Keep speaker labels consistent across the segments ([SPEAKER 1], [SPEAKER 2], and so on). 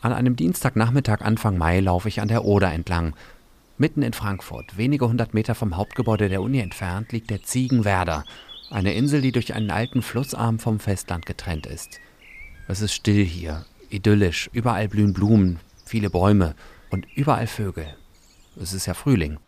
[SPEAKER 1] An einem Dienstagnachmittag Anfang Mai laufe ich an der Oder entlang. Mitten in Frankfurt, wenige 100 Meter vom Hauptgebäude der Uni entfernt, liegt der Ziegenwerder, eine Insel, die durch einen alten Flussarm vom Festland getrennt ist. Es ist still hier, idyllisch, überall blühen Blumen, viele Bäume und überall Vögel. Es ist ja Frühling.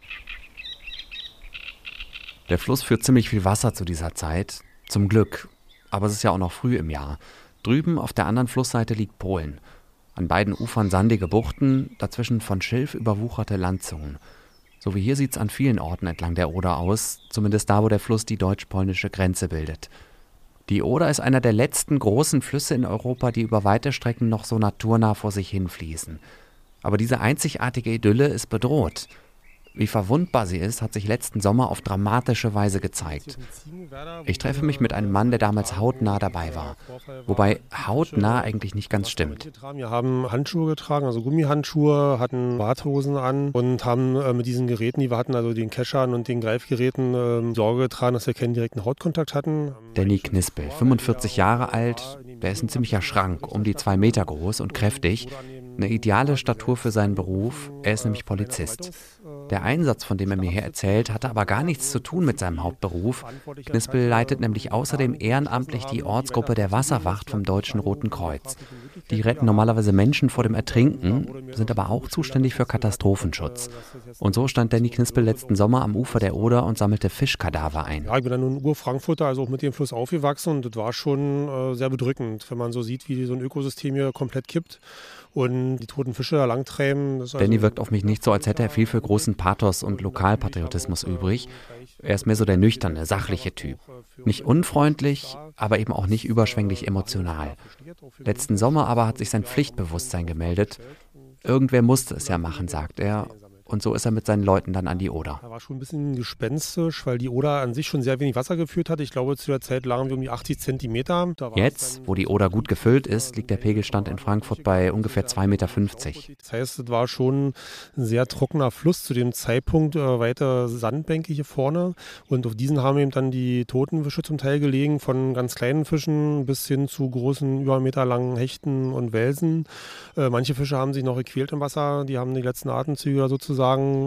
[SPEAKER 1] Der Fluss führt ziemlich viel Wasser zu dieser Zeit, zum Glück, aber es ist ja auch noch früh im Jahr. Drüben auf der anderen Flussseite liegt Polen. An beiden Ufern sandige Buchten, dazwischen von Schilf überwucherte Landzungen. So wie hier sieht es an vielen Orten entlang der Oder aus, zumindest da, wo der Fluss die deutsch-polnische Grenze bildet. Die Oder ist einer der letzten großen Flüsse in Europa, die über weite Strecken noch so naturnah vor sich hinfließen. Aber diese einzigartige Idylle ist bedroht. Wie verwundbar sie ist, hat sich letzten Sommer auf dramatische Weise gezeigt. Ich treffe mich mit einem Mann, der damals hautnah dabei war. Wobei hautnah eigentlich nicht ganz stimmt.
[SPEAKER 2] Wir haben Handschuhe getragen, also Gummihandschuhe, hatten Badhosen an und haben mit diesen Geräten, die wir hatten, also den Keschern und den Greifgeräten, Sorge getragen, dass wir keinen direkten Hautkontakt hatten.
[SPEAKER 1] Danny Knispel, 45 Jahre alt, der ist ein ziemlicher Schrank, um die 2 Meter groß und kräftig. Eine ideale Statur für seinen Beruf, er ist nämlich Polizist. Der Einsatz, von dem er mir hier erzählt, hatte aber gar nichts zu tun mit seinem Hauptberuf. Knispel leitet nämlich außerdem ehrenamtlich die Ortsgruppe der Wasserwacht vom Deutschen Roten Kreuz. Die retten normalerweise Menschen vor dem Ertrinken, sind aber auch zuständig für Katastrophenschutz. Und so stand Danny Knispel letzten Sommer am Ufer der Oder und sammelte Fischkadaver ein.
[SPEAKER 2] Ja, ich bin dann nur ein Ur-Frankfurter, also auch mit dem Fluss aufgewachsen und das war schon sehr bedrückend, wenn man so sieht, wie so ein Ökosystem hier komplett kippt und die toten Fische da langtreiben.
[SPEAKER 1] Danny wirkt auf mich nicht so, als hätte er viel für großen Pathos und Lokalpatriotismus übrig. Er ist mehr so der nüchterne, sachliche Typ. Nicht unfreundlich, aber eben auch nicht überschwänglich emotional. Letzten Sommer aber hat sich sein Pflichtbewusstsein gemeldet. Irgendwer musste es ja machen, sagt er. Und so ist er mit seinen Leuten dann an die Oder.
[SPEAKER 2] Er war schon ein bisschen gespenstisch, weil die Oder an sich schon sehr wenig Wasser geführt hat. Ich glaube, zu der Zeit lagen wir um die 80 Zentimeter.
[SPEAKER 1] Jetzt, wo die Oder gut gefüllt ist, liegt der Pegelstand in Frankfurt bei ungefähr 2,50 Meter.
[SPEAKER 2] Das heißt, es war schon ein sehr trockener Fluss zu dem Zeitpunkt, weite Sandbänke hier vorne. Und auf diesen haben eben dann die toten Fische zum Teil gelegen, von ganz kleinen Fischen bis hin zu großen, über 1 Meter langen Hechten und Welsen. Manche Fische haben sich noch gequält im Wasser, die haben die letzten Atemzüge oder sozusagen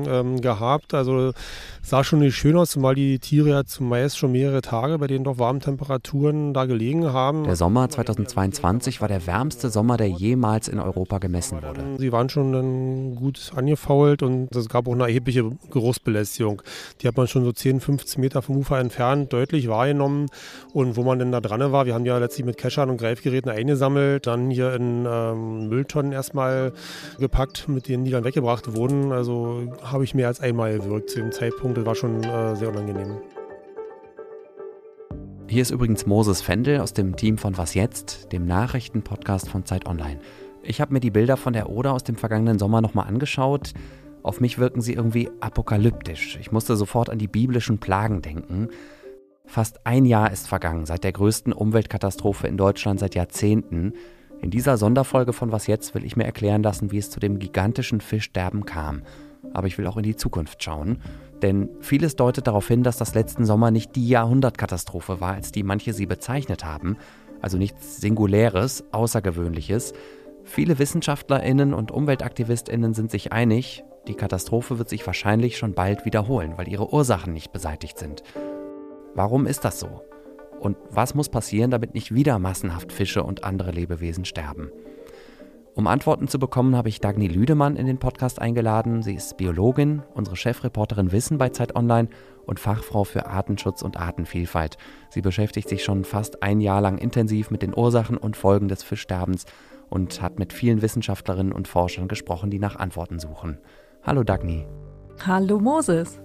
[SPEAKER 2] gehabt. Also sah schon nicht schön aus, zumal die Tiere ja zumeist schon mehrere Tage bei den doch warmen Temperaturen da gelegen haben.
[SPEAKER 1] Der Sommer 2022 war der wärmste Sommer, der jemals in Europa gemessen wurde.
[SPEAKER 2] Sie waren schon dann gut angefault und es gab auch eine erhebliche Geruchsbelästigung. Die hat man schon so 10, 15 Meter vom Ufer entfernt deutlich wahrgenommen. Und wo man denn da dran war, wir haben ja letztlich mit Keschern und Greifgeräten eingesammelt, dann hier in Mülltonnen erstmal gepackt, mit denen die dann weggebracht wurden. Also habe ich mehr als einmal gewirkt zu dem Zeitpunkt. Das war schon sehr unangenehm.
[SPEAKER 1] Hier ist übrigens Moses Fendel aus dem Team von Was Jetzt, dem Nachrichtenpodcast von Zeit Online. Ich habe mir die Bilder von der Oder aus dem vergangenen Sommer nochmal angeschaut. Auf mich wirken sie irgendwie apokalyptisch. Ich musste sofort an die biblischen Plagen denken. Fast 1 Jahr ist vergangen seit der größten Umweltkatastrophe in Deutschland seit Jahrzehnten. In dieser Sonderfolge von Was Jetzt will ich mir erklären lassen, wie es zu dem gigantischen Fischsterben kam. Aber ich will auch in die Zukunft schauen, denn vieles deutet darauf hin, dass das letzten Sommer nicht die Jahrhundertkatastrophe war, als die manche sie bezeichnet haben. Also nichts Singuläres, Außergewöhnliches. Viele WissenschaftlerInnen und UmweltaktivistInnen sind sich einig, die Katastrophe wird sich wahrscheinlich schon bald wiederholen, weil ihre Ursachen nicht beseitigt sind. Warum ist das so? Und was muss passieren, damit nicht wieder massenhaft Fische und andere Lebewesen sterben? Um Antworten zu bekommen, habe ich Dagny Lüdemann in den Podcast eingeladen. Sie ist Biologin, unsere Chefreporterin Wissen bei Zeit Online und Fachfrau für Artenschutz und Artenvielfalt. Sie beschäftigt sich schon fast 1 Jahr lang intensiv mit den Ursachen und Folgen des Fischsterbens und hat mit vielen Wissenschaftlerinnen und Forschern gesprochen, die nach Antworten suchen. Hallo Dagny.
[SPEAKER 3] Hallo Moses.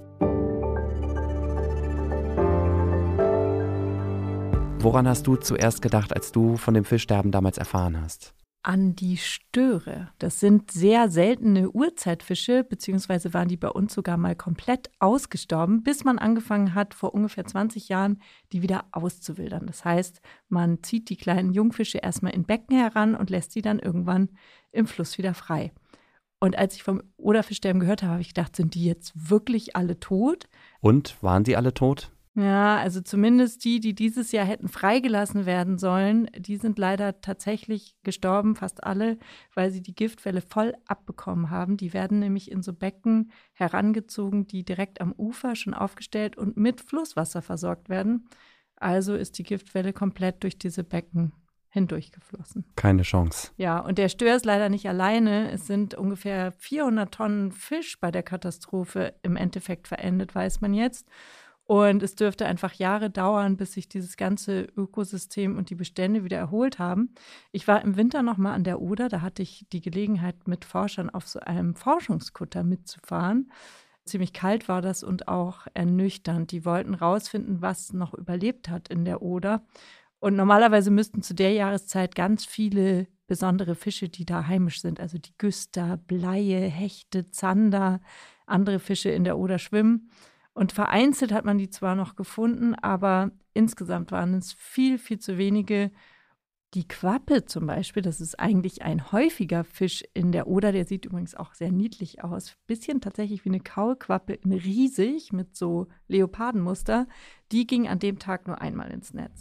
[SPEAKER 1] Woran hast du zuerst gedacht, als du von dem Fischsterben damals erfahren hast?
[SPEAKER 3] An die Störe. Das sind sehr seltene Urzeitfische, beziehungsweise waren die bei uns sogar mal komplett ausgestorben, bis man angefangen hat, vor ungefähr 20 Jahren, die wieder auszuwildern. Das heißt, man zieht die kleinen Jungfische erstmal in Becken heran und lässt sie dann irgendwann im Fluss wieder frei. Und als ich vom Oderfischsterben gehört habe, habe ich gedacht, sind die jetzt wirklich alle tot?
[SPEAKER 1] Und, waren sie alle tot?
[SPEAKER 3] Ja, also zumindest die dieses Jahr hätten freigelassen werden sollen, die sind leider tatsächlich gestorben, fast alle, weil sie die Giftwelle voll abbekommen haben. Die werden nämlich in so Becken herangezogen, die direkt am Ufer schon aufgestellt und mit Flusswasser versorgt werden. Also ist die Giftwelle komplett durch diese Becken hindurchgeflossen.
[SPEAKER 1] Keine Chance.
[SPEAKER 3] Ja, und der Stör ist leider nicht alleine. Es sind ungefähr 400 Tonnen Fisch bei der Katastrophe im Endeffekt verendet, weiß man jetzt. Und es dürfte einfach Jahre dauern, bis sich dieses ganze Ökosystem und die Bestände wieder erholt haben. Ich war im Winter noch mal an der Oder, da hatte ich die Gelegenheit, mit Forschern auf so einem Forschungskutter mitzufahren. Ziemlich kalt war das und auch ernüchternd. Die wollten rausfinden, was noch überlebt hat in der Oder. Und normalerweise müssten zu der Jahreszeit ganz viele besondere Fische, die da heimisch sind, also die Güster, Bleie, Hechte, Zander, andere Fische in der Oder schwimmen. Und vereinzelt hat man die zwar noch gefunden, aber insgesamt waren es viel, viel zu wenige. Die Quappe zum Beispiel, das ist eigentlich ein häufiger Fisch in der Oder, der sieht übrigens auch sehr niedlich aus. Bisschen tatsächlich wie eine Kaulquappe, in riesig mit so Leopardenmuster. Die ging an dem Tag nur einmal ins Netz.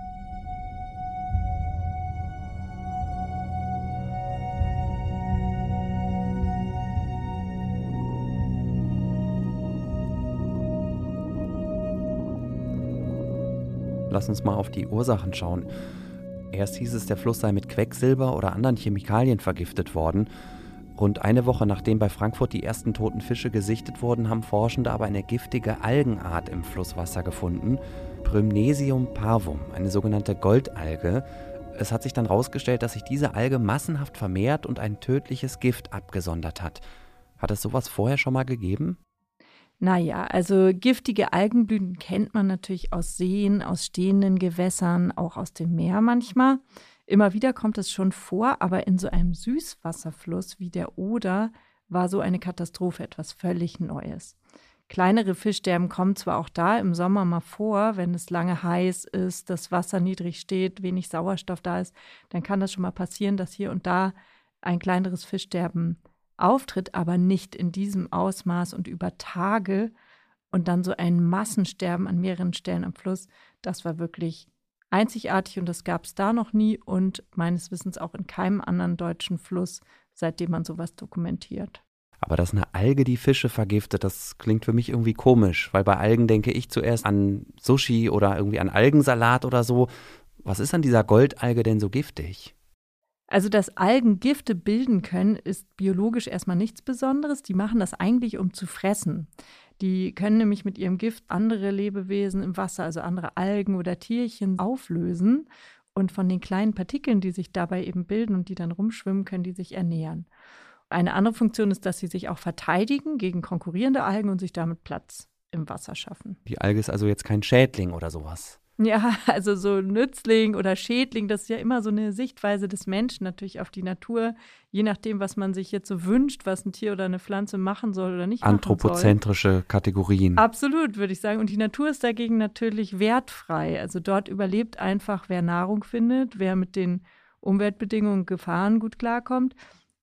[SPEAKER 1] Lass uns mal auf die Ursachen schauen. Erst hieß es, der Fluss sei mit Quecksilber oder anderen Chemikalien vergiftet worden. Rund eine Woche nachdem bei Frankfurt die ersten toten Fische gesichtet wurden, haben Forschende aber eine giftige Algenart im Flusswasser gefunden. Prymnesium parvum, eine sogenannte Goldalge. Es hat sich dann herausgestellt, dass sich diese Alge massenhaft vermehrt und ein tödliches Gift abgesondert hat. Hat es sowas vorher schon mal gegeben?
[SPEAKER 3] Naja, also giftige Algenblüten kennt man natürlich aus Seen, aus stehenden Gewässern, auch aus dem Meer manchmal. Immer wieder kommt es schon vor, aber in so einem Süßwasserfluss wie der Oder war so eine Katastrophe etwas völlig Neues. Kleinere Fischsterben kommen zwar auch da im Sommer mal vor, wenn es lange heiß ist, das Wasser niedrig steht, wenig Sauerstoff da ist, dann kann das schon mal passieren, dass hier und da ein kleineres Fischsterben auftritt, aber nicht in diesem Ausmaß und über Tage und dann so ein Massensterben an mehreren Stellen am Fluss, das war wirklich einzigartig und das gab es da noch nie und meines Wissens auch in keinem anderen deutschen Fluss, seitdem man sowas dokumentiert.
[SPEAKER 1] Aber dass eine Alge die Fische vergiftet, das klingt für mich irgendwie komisch, weil bei Algen denke ich zuerst an Sushi oder irgendwie an Algensalat oder so. Was ist an dieser Goldalge denn so giftig?
[SPEAKER 3] Also, dass Algen Gifte bilden können, ist biologisch erstmal nichts Besonderes. Die machen das eigentlich, um zu fressen. Die können nämlich mit ihrem Gift andere Lebewesen im Wasser, also andere Algen oder Tierchen, auflösen. Und von den kleinen Partikeln, die sich dabei eben bilden und die dann rumschwimmen, können die sich ernähren. Eine andere Funktion ist, dass sie sich auch verteidigen gegen konkurrierende Algen und sich damit Platz im Wasser schaffen.
[SPEAKER 1] Die Alge ist also jetzt kein Schädling oder sowas.
[SPEAKER 3] Ja, also so Nützling oder Schädling, das ist ja immer so eine Sichtweise des Menschen natürlich auf die Natur, je nachdem, was man sich jetzt so wünscht, was ein Tier oder eine Pflanze machen soll oder nicht machen soll.
[SPEAKER 1] Anthropozentrische Kategorien.
[SPEAKER 3] Absolut, würde ich sagen. Und die Natur ist dagegen natürlich wertfrei. Also dort überlebt einfach, wer Nahrung findet, wer mit den Umweltbedingungen und Gefahren gut klarkommt.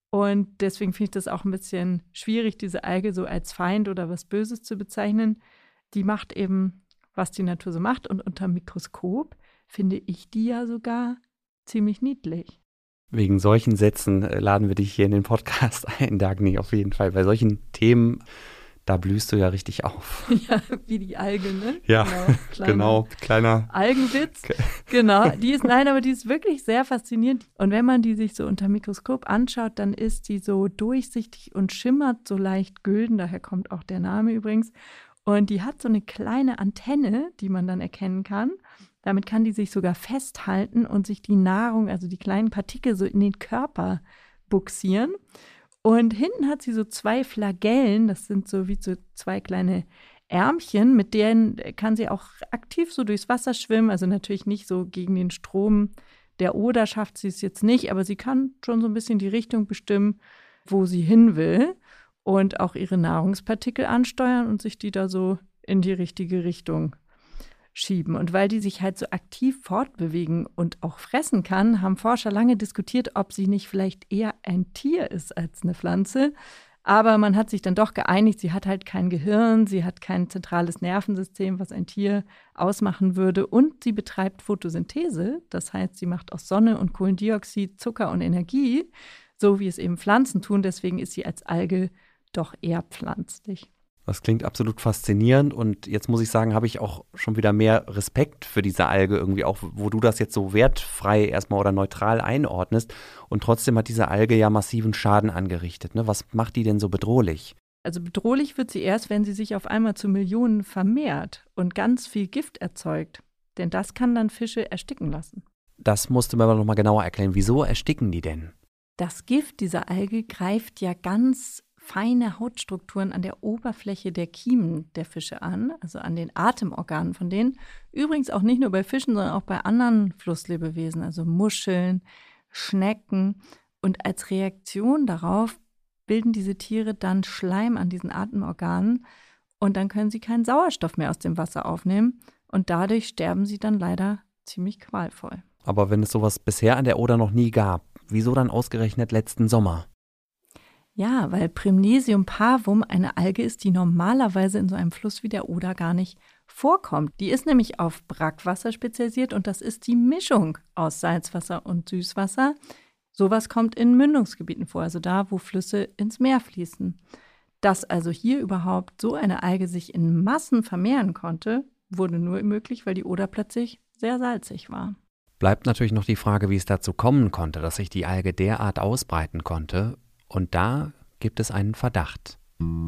[SPEAKER 3] Und deswegen finde ich das auch ein bisschen schwierig, diese Alge so als Feind oder was Böses zu bezeichnen. Die macht eben, was die Natur so macht. Und unter dem Mikroskop finde ich die ja sogar ziemlich niedlich.
[SPEAKER 1] Wegen solchen Sätzen laden wir dich hier in den Podcast ein, Dagny, auf jeden Fall. Bei solchen Themen, da blühst du ja richtig auf.
[SPEAKER 3] Ja, wie die Alge, ne?
[SPEAKER 1] Ja, genau. Kleiner
[SPEAKER 3] Algenwitz. Okay. Genau, die ist wirklich sehr faszinierend. Und wenn man die sich so unter dem Mikroskop anschaut, dann ist die so durchsichtig und schimmert so leicht gülden. Daher kommt auch der Name übrigens. Und die hat so eine kleine Antenne, die man dann erkennen kann. Damit kann die sich sogar festhalten und sich die Nahrung, also die kleinen Partikel, so in den Körper buxieren. Und hinten hat sie so 2 Flagellen, das sind so wie so 2 kleine Ärmchen, mit denen kann sie auch aktiv so durchs Wasser schwimmen. Also natürlich nicht so gegen den Strom der Oder schafft sie es jetzt nicht, aber sie kann schon so ein bisschen die Richtung bestimmen, wo sie hin will. Und auch ihre Nahrungspartikel ansteuern und sich die da so in die richtige Richtung schieben. Und weil die sich halt so aktiv fortbewegen und auch fressen kann, haben Forscher lange diskutiert, ob sie nicht vielleicht eher ein Tier ist als eine Pflanze. Aber man hat sich dann doch geeinigt, sie hat halt kein Gehirn, sie hat kein zentrales Nervensystem, was ein Tier ausmachen würde. Und sie betreibt Photosynthese, das heißt, sie macht aus Sonne und Kohlendioxid Zucker und Energie, so wie es eben Pflanzen tun. Deswegen ist sie als Alge doch eher pflanzlich.
[SPEAKER 1] Das klingt absolut faszinierend und jetzt muss ich sagen, habe ich auch schon wieder mehr Respekt für diese Alge irgendwie, auch wo du das jetzt so wertfrei erstmal oder neutral einordnest und trotzdem hat diese Alge ja massiven Schaden angerichtet. Ne? Was macht die denn so bedrohlich?
[SPEAKER 3] Also bedrohlich wird sie erst, wenn sie sich auf einmal zu Millionen vermehrt und ganz viel Gift erzeugt, denn das kann dann Fische ersticken lassen.
[SPEAKER 1] Das musst du mir aber nochmal genauer erklären. Wieso ersticken die denn?
[SPEAKER 3] Das Gift dieser Alge greift ja ganz feine Hautstrukturen an der Oberfläche der Kiemen der Fische an, also an den Atemorganen von denen. Übrigens auch nicht nur bei Fischen, sondern auch bei anderen Flusslebewesen, also Muscheln, Schnecken. Und als Reaktion darauf bilden diese Tiere dann Schleim an diesen Atemorganen und dann können sie keinen Sauerstoff mehr aus dem Wasser aufnehmen und dadurch sterben sie dann leider ziemlich qualvoll.
[SPEAKER 1] Aber wenn es sowas bisher an der Oder noch nie gab, wieso dann ausgerechnet letzten Sommer?
[SPEAKER 3] Ja, weil Primnesium parvum eine Alge ist, die normalerweise in so einem Fluss wie der Oder gar nicht vorkommt. Die ist nämlich auf Brackwasser spezialisiert und das ist die Mischung aus Salzwasser und Süßwasser. Sowas kommt in Mündungsgebieten vor, also da, wo Flüsse ins Meer fließen. Dass also hier überhaupt so eine Alge sich in Massen vermehren konnte, wurde nur möglich, weil die Oder plötzlich sehr salzig war.
[SPEAKER 1] Bleibt natürlich noch die Frage, wie es dazu kommen konnte, dass sich die Alge derart ausbreiten konnte. Und da gibt es einen Verdacht.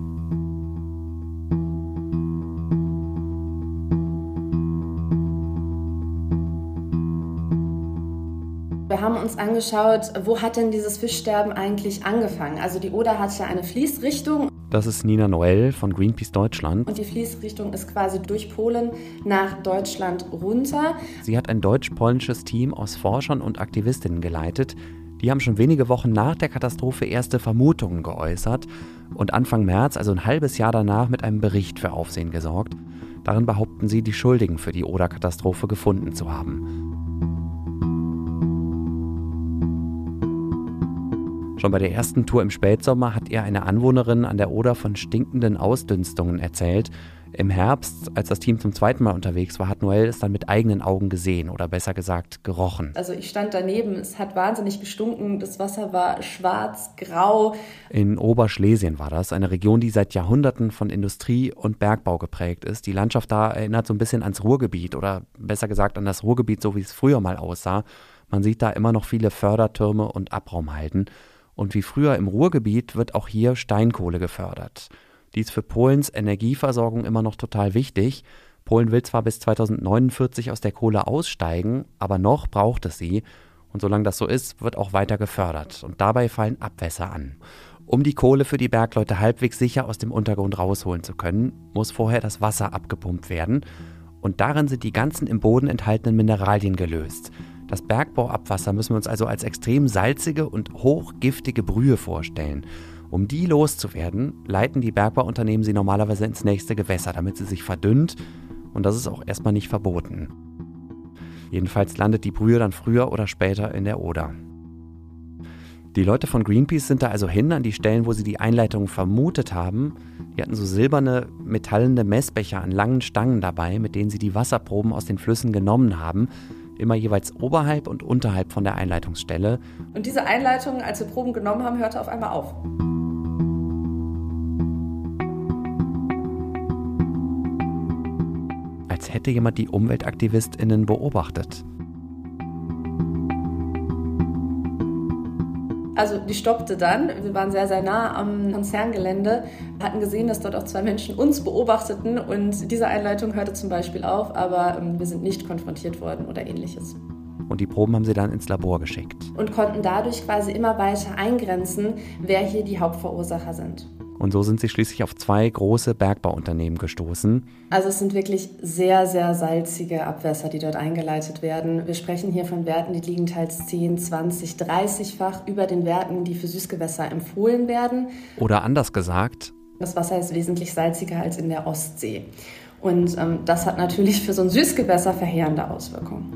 [SPEAKER 4] Wir haben uns angeschaut, wo hat denn dieses Fischsterben eigentlich angefangen? Also die Oder hat ja eine Fließrichtung.
[SPEAKER 1] Das ist Nina Noel von Greenpeace Deutschland.
[SPEAKER 4] Und die Fließrichtung ist quasi durch Polen nach Deutschland runter.
[SPEAKER 1] Sie hat ein deutsch-polnisches Team aus Forschern und Aktivistinnen geleitet. Die haben schon wenige Wochen nach der Katastrophe erste Vermutungen geäußert und Anfang März, also ein halbes Jahr danach, mit einem Bericht für Aufsehen gesorgt. Darin behaupten sie, die Schuldigen für die Oder-Katastrophe gefunden zu haben. Schon bei der ersten Tour im Spätsommer hat ihr eine Anwohnerin an der Oder von stinkenden Ausdünstungen erzählt. Im Herbst, als das Team zum zweiten Mal unterwegs war, hat Noel es dann mit eigenen Augen gesehen oder besser gesagt gerochen.
[SPEAKER 4] Also ich stand daneben, es hat wahnsinnig gestunken, das Wasser war schwarz, grau.
[SPEAKER 1] In Oberschlesien war das, eine Region, die seit Jahrhunderten von Industrie und Bergbau geprägt ist. Die Landschaft da erinnert so ein bisschen ans Ruhrgebiet oder besser gesagt an das Ruhrgebiet, so wie es früher mal aussah. Man sieht da immer noch viele Fördertürme und Abraumhalden. Und wie früher im Ruhrgebiet wird auch hier Steinkohle gefördert. Die ist für Polens Energieversorgung immer noch total wichtig. Polen will zwar bis 2049 aus der Kohle aussteigen, aber noch braucht es sie. Und solange das so ist, wird auch weiter gefördert. Und dabei fallen Abwässer an. Um die Kohle für die Bergleute halbwegs sicher aus dem Untergrund rausholen zu können, muss vorher das Wasser abgepumpt werden. Und darin sind die ganzen im Boden enthaltenen Mineralien gelöst. Das Bergbauabwasser müssen wir uns also als extrem salzige und hochgiftige Brühe vorstellen. Um die loszuwerden, leiten die Bergbauunternehmen sie normalerweise ins nächste Gewässer, damit sie sich verdünnt. Und das ist auch erstmal nicht verboten. Jedenfalls landet die Brühe dann früher oder später in der Oder. Die Leute von Greenpeace sind da also hin an die Stellen, wo sie die Einleitung vermutet haben. Die hatten so silberne, metallene Messbecher an langen Stangen dabei, mit denen sie die Wasserproben aus den Flüssen genommen haben. Immer jeweils oberhalb und unterhalb von der Einleitungsstelle.
[SPEAKER 4] Und diese Einleitung, als wir Proben genommen haben, hörte auf einmal auf.
[SPEAKER 1] Als hätte jemand die UmweltaktivistInnen beobachtet.
[SPEAKER 4] Also die stoppte dann, wir waren sehr, sehr nah am Konzerngelände, hatten gesehen, dass dort auch 2 Menschen uns beobachteten und diese Einleitung hörte zum Beispiel auf, aber wir sind nicht konfrontiert worden oder ähnliches.
[SPEAKER 1] Und die Proben haben sie dann ins Labor geschickt.
[SPEAKER 4] Und konnten dadurch quasi immer weiter eingrenzen, wer hier die Hauptverursacher sind.
[SPEAKER 1] Und so sind sie schließlich auf 2 große Bergbauunternehmen gestoßen.
[SPEAKER 4] Also es sind wirklich sehr, sehr salzige Abwässer, die dort eingeleitet werden. Wir sprechen hier von Werten, die liegen teils 10, 20, 30-fach über den Werten, die für Süßgewässer empfohlen werden.
[SPEAKER 1] Oder anders gesagt,
[SPEAKER 4] das Wasser ist wesentlich salziger als in der Ostsee. Und das hat natürlich für so ein Süßgewässer verheerende Auswirkungen.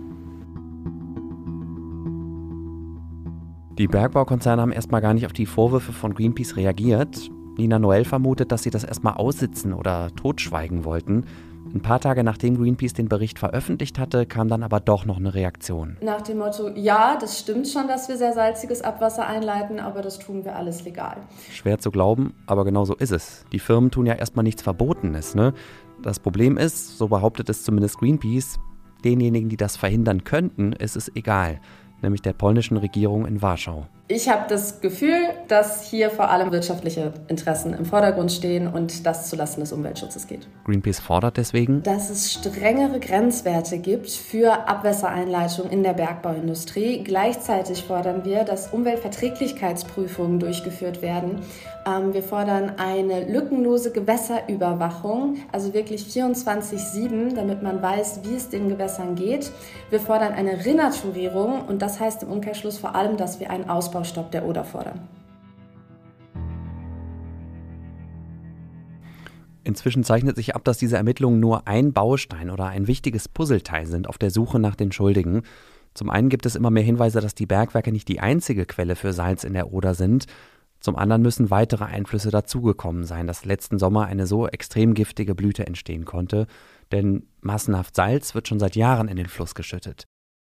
[SPEAKER 1] Die Bergbaukonzerne haben erstmal gar nicht auf die Vorwürfe von Greenpeace reagiert. Nina Noel vermutet, dass sie das erstmal aussitzen oder totschweigen wollten. Ein paar Tage nachdem Greenpeace den Bericht veröffentlicht hatte, kam dann aber doch noch eine Reaktion.
[SPEAKER 4] Nach dem Motto, ja, das stimmt schon, dass wir sehr salziges Abwasser einleiten, aber das tun wir alles legal.
[SPEAKER 1] Schwer zu glauben, aber genau so ist es. Die Firmen tun ja erstmal nichts Verbotenes, ne? Das Problem ist, so behauptet es zumindest Greenpeace, denjenigen, die das verhindern könnten, ist es egal, nämlich der polnischen Regierung in Warschau.
[SPEAKER 4] Ich habe das Gefühl, dass hier vor allem wirtschaftliche Interessen im Vordergrund stehen und das zulasten des Umweltschutzes geht.
[SPEAKER 1] Greenpeace fordert deswegen,
[SPEAKER 4] dass es strengere Grenzwerte gibt für Abwassereinleitung in der Bergbauindustrie. Gleichzeitig fordern wir, dass Umweltverträglichkeitsprüfungen durchgeführt werden. Wir fordern eine lückenlose Gewässerüberwachung, also wirklich 24/7, damit man weiß, wie es den Gewässern geht. Wir fordern eine Renaturierung und das heißt im Umkehrschluss vor allem, dass wir einen Ausbaustopp der Oder fordern.
[SPEAKER 1] Inzwischen zeichnet sich ab, dass diese Ermittlungen nur ein Baustein oder ein wichtiges Puzzleteil sind auf der Suche nach den Schuldigen. Zum einen gibt es immer mehr Hinweise, dass die Bergwerke nicht die einzige Quelle für Salz in der Oder sind. Zum anderen müssen weitere Einflüsse dazugekommen sein, dass letzten Sommer eine so extrem giftige Blüte entstehen konnte. Denn massenhaft Salz wird schon seit Jahren in den Fluss geschüttet.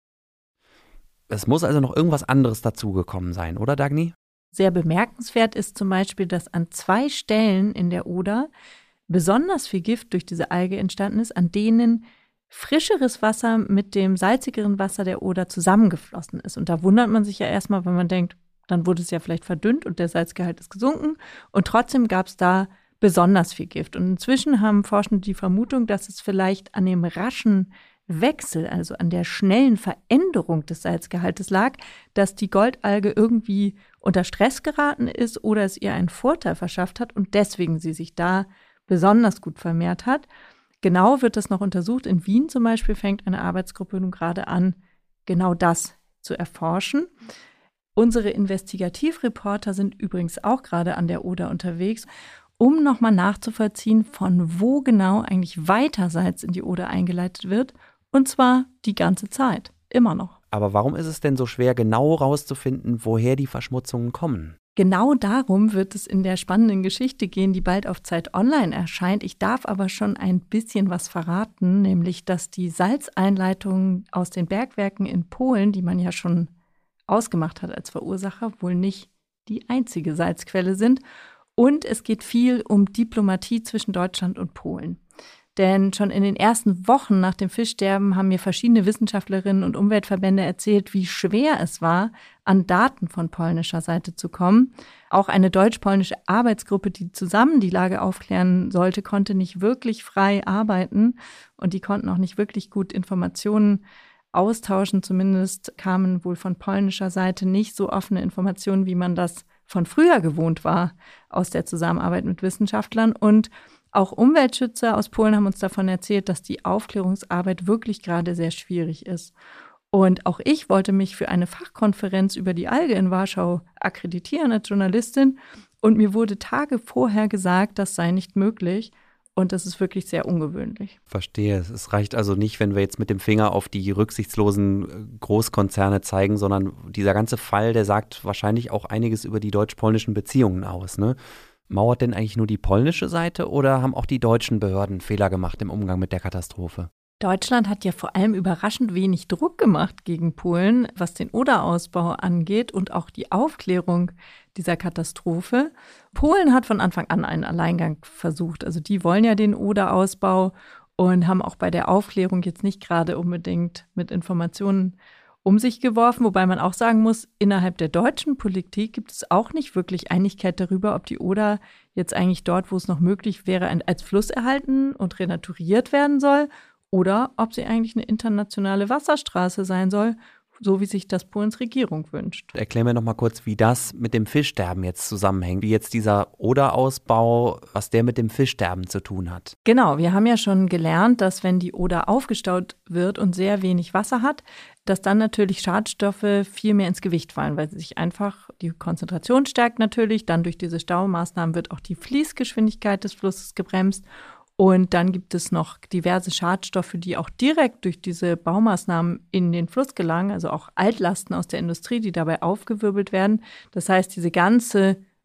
[SPEAKER 1] Es muss also noch irgendwas anderes dazugekommen sein, oder Dagny?
[SPEAKER 3] Sehr bemerkenswert ist zum Beispiel, dass an 2 Stellen in der Oder besonders viel Gift durch diese Alge entstanden ist, an denen frischeres Wasser mit dem salzigeren Wasser der Oder zusammengeflossen ist. Und da wundert man sich ja erstmal, wenn man denkt, dann wurde es ja vielleicht verdünnt und der Salzgehalt ist gesunken. Und trotzdem gab es da besonders viel Gift. Und inzwischen haben Forschende die Vermutung, dass es vielleicht an dem raschen Wechsel, also an der schnellen Veränderung des Salzgehaltes lag, dass die Goldalge irgendwie unter Stress geraten ist oder es ihr einen Vorteil verschafft hat und deswegen sie sich da besonders gut vermehrt hat. Genau wird das noch untersucht. In Wien zum Beispiel fängt eine Arbeitsgruppe nun gerade an, genau das zu erforschen. Unsere Investigativreporter sind übrigens auch gerade an der Oder unterwegs, um nochmal nachzuvollziehen, von wo genau eigentlich weiter Salz in die Oder eingeleitet wird. Und zwar die ganze Zeit, immer noch.
[SPEAKER 1] Aber warum ist es denn so schwer, genau rauszufinden, woher die Verschmutzungen kommen?
[SPEAKER 3] Genau darum wird es in der spannenden Geschichte gehen, die bald auf Zeit Online erscheint. Ich darf aber schon ein bisschen was verraten, nämlich, dass die Salzeinleitungen aus den Bergwerken in Polen, die man ja schon ausgemacht hat als Verursacher, wohl nicht die einzige Salzquelle sind. Und es geht viel um Diplomatie zwischen Deutschland und Polen. Denn schon in den ersten Wochen nach dem Fischsterben haben mir verschiedene Wissenschaftlerinnen und Umweltverbände erzählt, wie schwer es war, an Daten von polnischer Seite zu kommen. Auch eine deutsch-polnische Arbeitsgruppe, die zusammen die Lage aufklären sollte, konnte nicht wirklich frei arbeiten und die konnten auch nicht wirklich gut Informationen austauschen. Zumindest kamen wohl von polnischer Seite nicht so offene Informationen, wie man das von früher gewohnt war aus der Zusammenarbeit mit Wissenschaftlern. Und auch Umweltschützer aus Polen haben uns davon erzählt, dass die Aufklärungsarbeit wirklich gerade sehr schwierig ist. Und auch ich wollte mich für eine Fachkonferenz über die Alge in Warschau akkreditieren als Journalistin. Und mir wurde Tage vorher gesagt, das sei nicht möglich. Und das ist wirklich sehr ungewöhnlich.
[SPEAKER 1] Verstehe. Es reicht also nicht, wenn wir jetzt mit dem Finger auf die rücksichtslosen Großkonzerne zeigen, sondern dieser ganze Fall, der sagt wahrscheinlich auch einiges über die deutsch-polnischen Beziehungen aus, ne? Mauert denn eigentlich nur die polnische Seite oder haben auch die deutschen Behörden Fehler gemacht im Umgang mit der Katastrophe?
[SPEAKER 3] Deutschland hat ja vor allem überraschend wenig Druck gemacht gegen Polen, was den Oderausbau angeht und auch die Aufklärung dieser Katastrophe. Polen hat von Anfang an einen Alleingang versucht. Also die wollen ja den Oderausbau und haben auch bei der Aufklärung jetzt nicht gerade unbedingt mit Informationen um sich geworfen, wobei man auch sagen muss, innerhalb der deutschen Politik gibt es auch nicht wirklich Einigkeit darüber, ob die Oder jetzt eigentlich dort, wo es noch möglich wäre, als Fluss erhalten und renaturiert werden soll oder ob sie eigentlich eine internationale Wasserstraße sein soll, so wie sich das Polens Regierung wünscht.
[SPEAKER 1] Erklär mir noch mal kurz, wie das mit dem Fischsterben jetzt zusammenhängt, wie jetzt dieser Oderausbau, was der mit dem Fischsterben zu tun hat.
[SPEAKER 3] Genau, wir haben ja schon gelernt, dass wenn die Oder aufgestaut wird und sehr wenig Wasser hat, dass dann natürlich Schadstoffe viel mehr ins Gewicht fallen, weil sich einfach die Konzentration stärkt natürlich. Dann durch diese Staumaßnahmen wird auch die Fließgeschwindigkeit des Flusses gebremst. Und dann gibt es noch diverse Schadstoffe, die auch direkt durch diese Baumaßnahmen in den Fluss gelangen, also auch Altlasten aus der Industrie, die dabei aufgewirbelt werden. Das heißt, diese ganze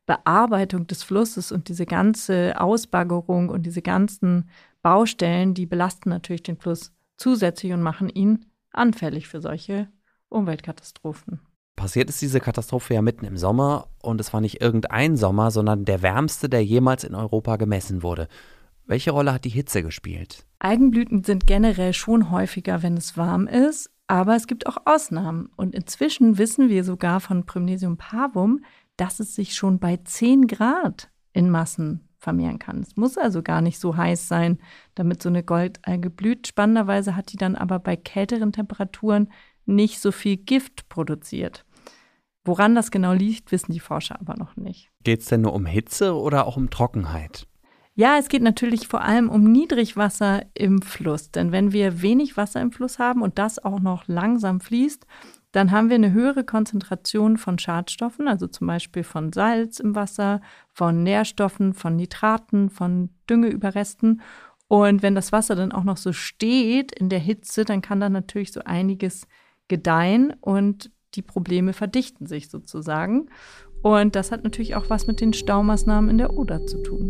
[SPEAKER 3] Bearbeitung des Flusses und diese ganze Ausbaggerung und diese ganzen Baustellen, die belasten natürlich den Fluss zusätzlich und machen ihn anfällig für solche Umweltkatastrophen.
[SPEAKER 1] Passiert ist diese Katastrophe ja mitten im Sommer und es war nicht irgendein Sommer, sondern der wärmste, der jemals in Europa gemessen wurde. Welche Rolle hat die Hitze gespielt?
[SPEAKER 3] Algenblüten sind generell schon häufiger, wenn es warm ist, aber es gibt auch Ausnahmen. Und inzwischen wissen wir sogar von Prymnesium parvum, dass es sich schon bei 10 Grad in Massen vermehren kann. Es muss also gar nicht so heiß sein, damit so eine Goldalge blüht. Spannenderweise hat die dann aber bei kälteren Temperaturen nicht so viel Gift produziert. Woran das genau liegt, wissen die Forscher aber noch nicht.
[SPEAKER 1] Geht es denn nur um Hitze oder auch um Trockenheit?
[SPEAKER 3] Ja, es geht natürlich vor allem um Niedrigwasser im Fluss. Denn wenn wir wenig Wasser im Fluss haben und das auch noch langsam fließt, dann haben wir eine höhere Konzentration von Schadstoffen, also zum Beispiel von Salz im Wasser, von Nährstoffen, von Nitraten, von Düngeüberresten. Und wenn das Wasser dann auch noch so steht in der Hitze, dann kann da natürlich so einiges gedeihen und die Probleme verdichten sich sozusagen. Und das hat natürlich auch was mit den Staumaßnahmen in der Oder zu tun.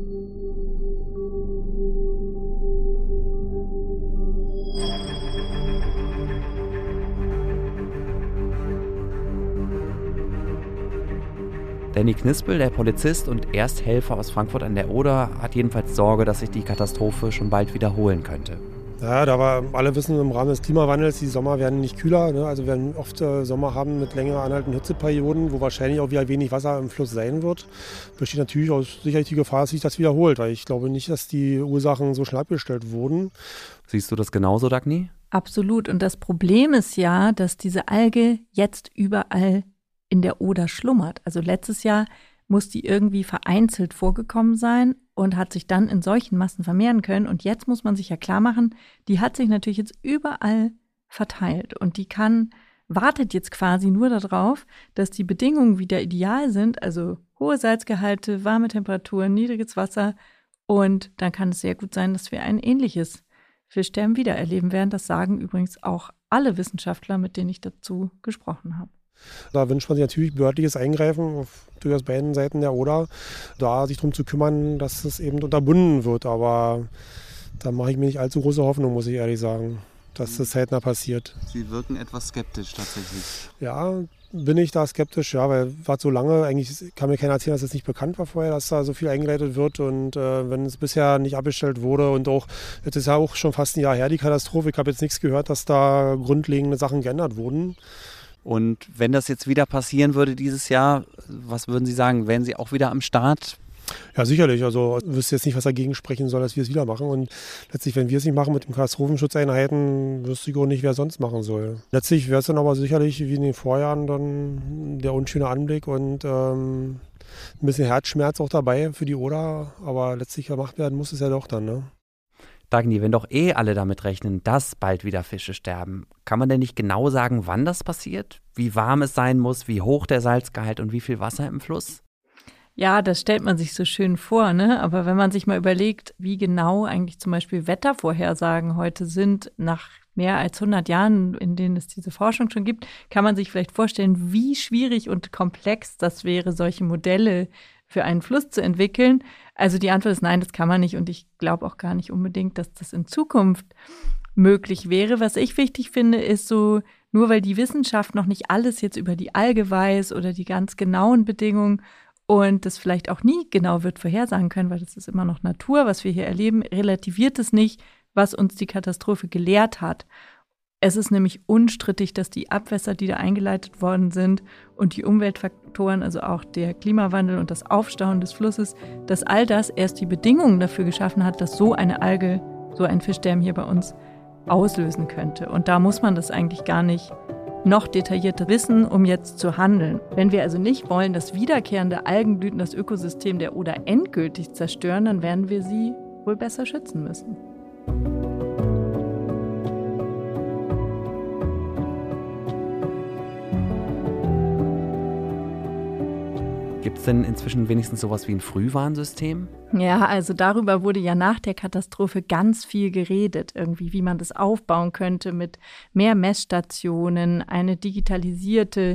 [SPEAKER 1] Danny Knispel, der Polizist und Ersthelfer aus Frankfurt an der Oder, hat jedenfalls Sorge, dass sich die Katastrophe schon bald wiederholen könnte.
[SPEAKER 2] Ja, da wir alle wissen, im Rahmen des Klimawandels, die Sommer werden nicht kühler. Ne? Also wir werden oft Sommer haben mit länger anhaltenden Hitzeperioden, wo wahrscheinlich auch wieder wenig Wasser im Fluss sein wird. Besteht natürlich auch sicherlich die Gefahr, dass sich das wiederholt, weil ich glaube nicht, dass die Ursachen so schnell abgestellt wurden.
[SPEAKER 1] Siehst du das genauso, Dagny?
[SPEAKER 3] Absolut. Und das Problem ist ja, dass diese Alge jetzt überall in der Oder schlummert. Also letztes Jahr muss die irgendwie vereinzelt vorgekommen sein und hat sich dann in solchen Massen vermehren können. Und jetzt muss man sich ja klar machen, die hat sich natürlich jetzt überall verteilt. Und die wartet jetzt quasi nur darauf, dass die Bedingungen wieder ideal sind, also hohe Salzgehalte, warme Temperaturen, niedriges Wasser. Und dann kann es sehr gut sein, dass wir ein ähnliches Fischsterben wieder erleben werden. Das sagen übrigens auch alle Wissenschaftler, mit denen ich dazu gesprochen habe.
[SPEAKER 2] Da wünscht man sich natürlich behördliches Eingreifen auf durchaus beiden Seiten der Oder, da sich darum zu kümmern, dass es eben unterbunden wird. Aber da mache ich mir nicht allzu große Hoffnung, muss ich ehrlich sagen, dass das zeitnah passiert.
[SPEAKER 1] Sie wirken etwas skeptisch tatsächlich.
[SPEAKER 2] Ja, bin ich da skeptisch, ja, weil war so lange, eigentlich kann mir keiner erzählen, dass es nicht bekannt war vorher, dass da so viel eingeleitet wird und wenn es bisher nicht abgestellt wurde und auch, jetzt ist ja auch schon fast ein Jahr her die Katastrophe, ich habe jetzt nichts gehört, dass da grundlegende Sachen geändert wurden.
[SPEAKER 1] Und wenn das jetzt wieder passieren würde dieses Jahr, was würden Sie sagen, wären Sie auch wieder am Start?
[SPEAKER 2] Ja, sicherlich. Also ich wüsste jetzt nicht, was dagegen sprechen soll, dass wir es wieder machen. Und letztlich, wenn wir es nicht machen mit den Katastrophenschutzeinheiten, wüsste ich auch nicht, wer es sonst machen soll. Letztlich wäre es dann aber sicherlich wie in den Vorjahren dann der unschöne Anblick und ein bisschen Herzschmerz auch dabei für die Oder. Aber letztlich gemacht werden muss es ja doch dann, ne?
[SPEAKER 1] Dagny, wenn doch alle damit rechnen, dass bald wieder Fische sterben, kann man denn nicht genau sagen, wann das passiert? Wie warm es sein muss, wie hoch der Salzgehalt und wie viel Wasser im Fluss?
[SPEAKER 3] Ja, das stellt man sich so schön vor, ne? Aber wenn man sich mal überlegt, wie genau eigentlich zum Beispiel Wettervorhersagen heute sind, nach mehr als 100 Jahren, in denen es diese Forschung schon gibt, kann man sich vielleicht vorstellen, wie schwierig und komplex das wäre, solche Modelle für einen Fluss zu entwickeln. Also die Antwort ist nein, das kann man nicht und ich glaube auch gar nicht unbedingt, dass das in Zukunft möglich wäre. Was ich wichtig finde, ist so, nur weil die Wissenschaft noch nicht alles jetzt über die Alge weiß oder die ganz genauen Bedingungen und das vielleicht auch nie genau wird vorhersagen können, weil das ist immer noch Natur, was wir hier erleben, relativiert es nicht, was uns die Katastrophe gelehrt hat. Es ist nämlich unstrittig, dass die Abwässer, die da eingeleitet worden sind und die Umweltfaktoren, also auch der Klimawandel und das Aufstauen des Flusses, dass all das erst die Bedingungen dafür geschaffen hat, dass so eine Alge, so ein Fischsterben hier bei uns auslösen könnte. Und da muss man das eigentlich gar nicht noch detaillierter wissen, um jetzt zu handeln. Wenn wir also nicht wollen, dass wiederkehrende Algenblüten das Ökosystem der Oder endgültig zerstören, dann werden wir sie wohl besser schützen müssen.
[SPEAKER 1] Gibt es denn inzwischen wenigstens sowas wie ein Frühwarnsystem?
[SPEAKER 3] Ja, also darüber wurde ja nach der Katastrophe ganz viel geredet, irgendwie, wie man das aufbauen könnte mit mehr Messstationen, eine digitalisierte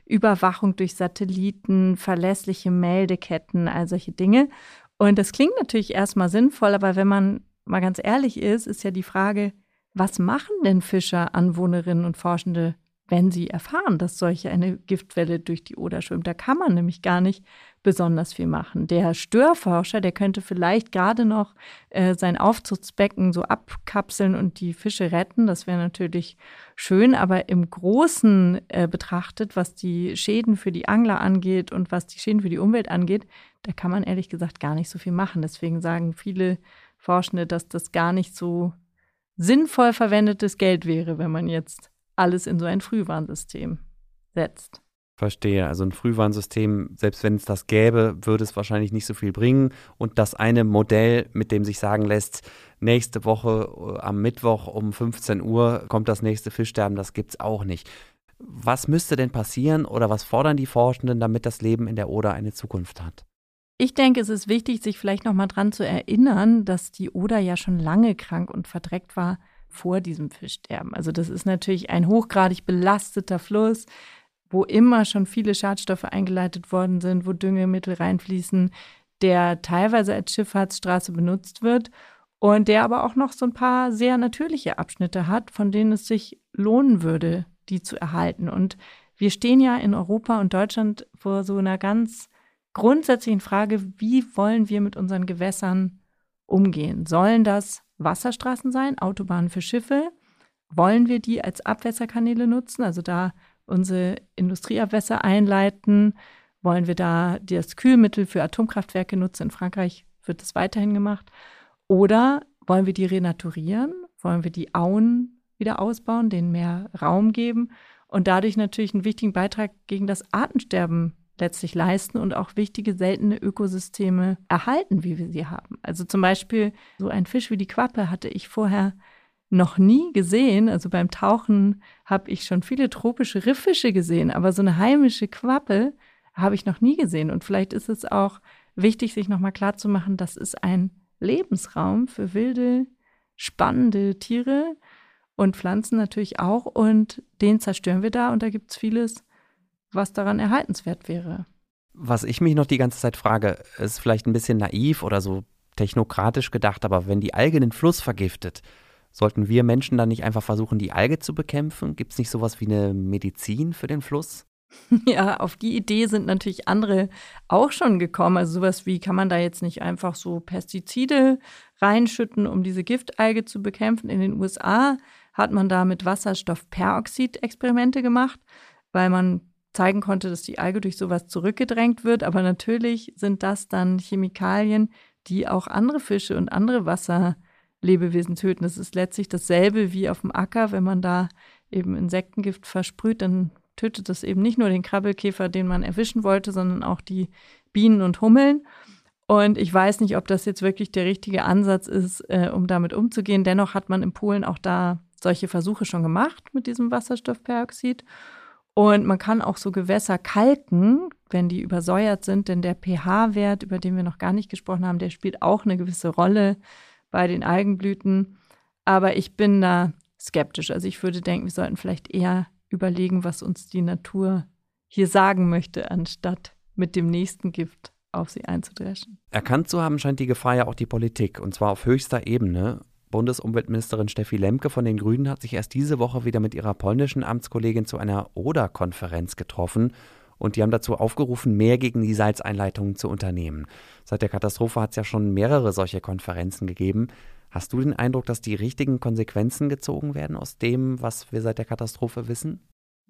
[SPEAKER 3] Überwachung durch Satelliten, verlässliche Meldeketten, all solche Dinge. Und das klingt natürlich erstmal sinnvoll, aber wenn man mal ganz ehrlich ist ja die Frage, was machen denn Fischer, Anwohnerinnen und Forschende, wenn sie erfahren, dass solche eine Giftwelle durch die Oder schwimmt? Da kann man nämlich gar nicht besonders viel machen. Der Störforscher, der könnte vielleicht gerade noch sein Aufzuchtsbecken so abkapseln und die Fische retten. Das wäre natürlich schön, aber im Großen betrachtet, was die Schäden für die Angler angeht und was die Schäden für die Umwelt angeht, da kann man ehrlich gesagt gar nicht so viel machen. Deswegen sagen viele Forschende, dass das gar nicht so sinnvoll verwendetes Geld wäre, wenn man jetzt alles in so ein Frühwarnsystem setzt.
[SPEAKER 1] Verstehe. Also ein Frühwarnsystem, selbst wenn es das gäbe, würde es wahrscheinlich nicht so viel bringen. Und das eine Modell, mit dem sich sagen lässt, nächste Woche am Mittwoch um 15 Uhr kommt das nächste Fischsterben, das gibt es auch nicht. Was müsste denn passieren oder was fordern die Forschenden, damit das Leben in der Oder eine Zukunft hat?
[SPEAKER 3] Ich denke, es ist wichtig, sich vielleicht noch mal dran zu erinnern, dass die Oder ja schon lange krank und verdreckt war vor diesem Fischsterben. Also das ist natürlich ein hochgradig belasteter Fluss, wo immer schon viele Schadstoffe eingeleitet worden sind, wo Düngemittel reinfließen, der teilweise als Schifffahrtsstraße benutzt wird und der aber auch noch so ein paar sehr natürliche Abschnitte hat, von denen es sich lohnen würde, die zu erhalten. Und wir stehen ja in Europa und Deutschland vor so einer ganz grundsätzlichen Frage, wie wollen wir mit unseren Gewässern umgehen? Sollen das Wasserstraßen sein, Autobahnen für Schiffe? Wollen wir die als Abwässerkanäle nutzen, also da unsere Industrieabwässer einleiten? Wollen wir da das Kühlmittel für Atomkraftwerke nutzen? In Frankreich wird das weiterhin gemacht. Oder wollen wir die renaturieren? Wollen wir die Auen wieder ausbauen, denen mehr Raum geben und dadurch natürlich einen wichtigen Beitrag gegen das Artensterben letztlich leisten und auch wichtige, seltene Ökosysteme erhalten, wie wir sie haben. Also zum Beispiel so ein Fisch wie die Quappe hatte ich vorher noch nie gesehen. Also beim Tauchen habe ich schon viele tropische Rifffische gesehen, aber so eine heimische Quappe habe ich noch nie gesehen. Und vielleicht ist es auch wichtig, sich nochmal klarzumachen, das ist ein Lebensraum für wilde, spannende Tiere und Pflanzen natürlich auch. Und den zerstören wir da und da gibt es vieles, was daran erhaltenswert wäre.
[SPEAKER 1] Was ich mich noch die ganze Zeit frage, ist vielleicht ein bisschen naiv oder so technokratisch gedacht, aber wenn die Alge den Fluss vergiftet, sollten wir Menschen dann nicht einfach versuchen, die Alge zu bekämpfen? Gibt es nicht sowas wie eine Medizin für den Fluss?
[SPEAKER 3] Ja, auf die Idee sind natürlich andere auch schon gekommen. Also sowas wie, kann man da jetzt nicht einfach so Pestizide reinschütten, um diese Giftalge zu bekämpfen? In den USA hat man da mit Wasserstoffperoxid Experimente gemacht, weil man zeigen konnte, dass die Alge durch sowas zurückgedrängt wird. Aber natürlich sind das dann Chemikalien, die auch andere Fische und andere Wasserlebewesen töten. Das ist letztlich dasselbe wie auf dem Acker. Wenn man da eben Insektengift versprüht, dann tötet das eben nicht nur den Krabbelkäfer, den man erwischen wollte, sondern auch die Bienen und Hummeln. Und ich weiß nicht, ob das jetzt wirklich der richtige Ansatz ist, um damit umzugehen. Dennoch hat man in Polen auch da solche Versuche schon gemacht mit diesem Wasserstoffperoxid. Und man kann auch so Gewässer kalken, wenn die übersäuert sind, denn der pH-Wert, über den wir noch gar nicht gesprochen haben, der spielt auch eine gewisse Rolle bei den Algenblüten. Aber ich bin da skeptisch. Also ich würde denken, wir sollten vielleicht eher überlegen, was uns die Natur hier sagen möchte, anstatt mit dem nächsten Gift auf sie einzudreschen.
[SPEAKER 1] Erkannt zu haben scheint die Gefahr ja auch die Politik, und zwar auf höchster Ebene. Bundesumweltministerin Steffi Lemke von den Grünen hat sich erst diese Woche wieder mit ihrer polnischen Amtskollegin zu einer Oder-Konferenz getroffen und die haben dazu aufgerufen, mehr gegen die Salzeinleitungen zu unternehmen. Seit der Katastrophe hat es ja schon mehrere solche Konferenzen gegeben. Hast du den Eindruck, dass die richtigen Konsequenzen gezogen werden aus dem, was wir seit der Katastrophe wissen?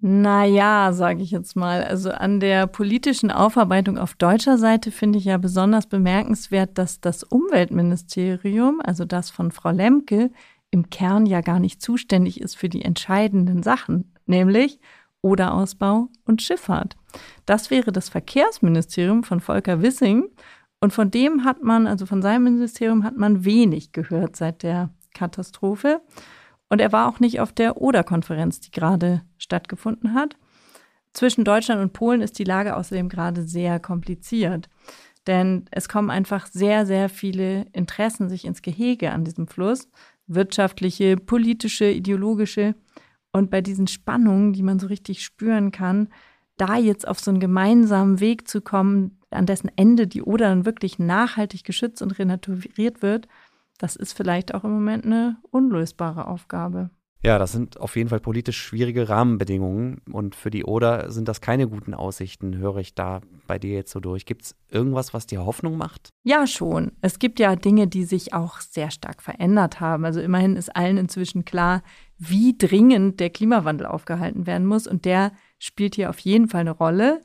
[SPEAKER 3] Naja, sage ich jetzt mal. Also an der politischen Aufarbeitung auf deutscher Seite finde ich ja besonders bemerkenswert, dass das Umweltministerium, also das von Frau Lemke, im Kern ja gar nicht zuständig ist für die entscheidenden Sachen, nämlich Oderausbau und Schifffahrt. Das wäre das Verkehrsministerium von Volker Wissing und von dem hat man, also von seinem Ministerium hat man wenig gehört seit der Katastrophe. Und er war auch nicht auf der Oder-Konferenz, die gerade stattgefunden hat. Zwischen Deutschland und Polen ist die Lage außerdem gerade sehr kompliziert. Denn es kommen einfach sehr, sehr viele Interessen sich ins Gehege an diesem Fluss. Wirtschaftliche, politische, ideologische. Und bei diesen Spannungen, die man so richtig spüren kann, da jetzt auf so einen gemeinsamen Weg zu kommen, an dessen Ende die Oder dann wirklich nachhaltig geschützt und renaturiert wird, das ist vielleicht auch im Moment eine unlösbare Aufgabe.
[SPEAKER 1] Ja, das sind auf jeden Fall politisch schwierige Rahmenbedingungen und für die Oder sind das keine guten Aussichten, höre ich da bei dir jetzt so durch. Gibt es irgendwas, was dir Hoffnung macht?
[SPEAKER 3] Ja, schon. Es gibt ja Dinge, die sich auch sehr stark verändert haben. Also immerhin ist allen inzwischen klar, wie dringend der Klimawandel aufgehalten werden muss und der spielt hier auf jeden Fall eine Rolle.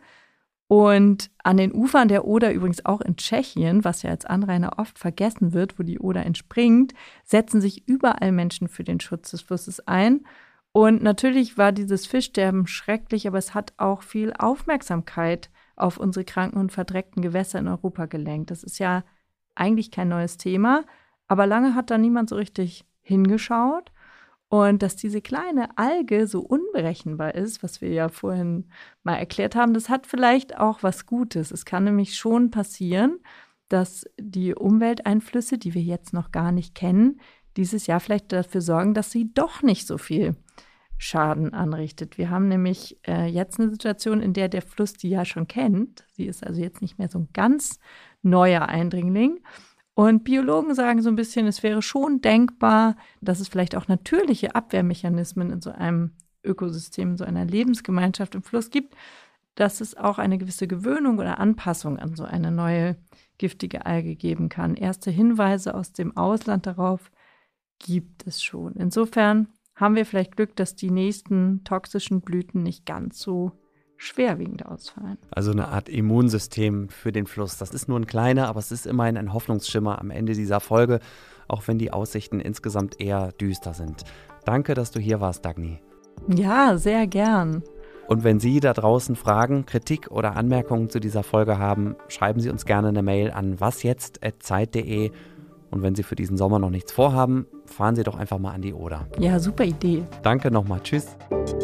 [SPEAKER 3] Und an den Ufern der Oder, übrigens auch in Tschechien, was ja als Anrainer oft vergessen wird, wo die Oder entspringt, setzen sich überall Menschen für den Schutz des Flusses ein. Und natürlich war dieses Fischsterben schrecklich, aber es hat auch viel Aufmerksamkeit auf unsere kranken und verdreckten Gewässer in Europa gelenkt. Das ist ja eigentlich kein neues Thema, aber lange hat da niemand so richtig hingeschaut. Und dass diese kleine Alge so unberechenbar ist, was wir ja vorhin mal erklärt haben, das hat vielleicht auch was Gutes. Es kann nämlich schon passieren, dass die Umwelteinflüsse, die wir jetzt noch gar nicht kennen, dieses Jahr vielleicht dafür sorgen, dass sie doch nicht so viel Schaden anrichtet. Wir haben nämlich jetzt eine Situation, in der der Fluss die ja schon kennt. Sie ist also jetzt nicht mehr so ein ganz neuer Eindringling. Und Biologen sagen so ein bisschen, es wäre schon denkbar, dass es vielleicht auch natürliche Abwehrmechanismen in so einem Ökosystem, in so einer Lebensgemeinschaft im Fluss gibt, dass es auch eine gewisse Gewöhnung oder Anpassung an so eine neue giftige Alge geben kann. Erste Hinweise aus dem Ausland darauf gibt es schon. Insofern haben wir vielleicht Glück, dass die nächsten toxischen Blüten nicht ganz so schwerwiegend ausfallen.
[SPEAKER 1] Also eine Art Immunsystem für den Fluss. Das ist nur ein kleiner, aber es ist immerhin ein Hoffnungsschimmer am Ende dieser Folge, auch wenn die Aussichten insgesamt eher düster sind. Danke, dass du hier warst, Dagny.
[SPEAKER 3] Ja, sehr gern.
[SPEAKER 1] Und wenn Sie da draußen Fragen, Kritik oder Anmerkungen zu dieser Folge haben, schreiben Sie uns gerne eine Mail an wasjetzt@zeit.de. Und wenn Sie für diesen Sommer noch nichts vorhaben, fahren Sie doch einfach mal an die Oder.
[SPEAKER 3] Ja, super Idee.
[SPEAKER 1] Danke nochmal. Tschüss.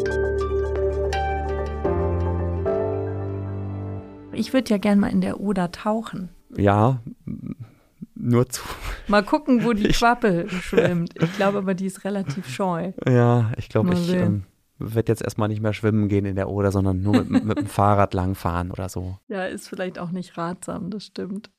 [SPEAKER 3] Ich würde ja gern mal in der Oder tauchen.
[SPEAKER 1] Ja, nur zu.
[SPEAKER 3] Mal gucken, wo die Quappe schwimmt. Ich glaube aber, die ist relativ scheu.
[SPEAKER 1] Ja, ich glaube, ich
[SPEAKER 3] sehen.
[SPEAKER 1] werde jetzt erstmal nicht mehr schwimmen gehen in der Oder, sondern nur mit dem Fahrrad langfahren oder so.
[SPEAKER 3] Ja, ist vielleicht auch nicht ratsam, das stimmt.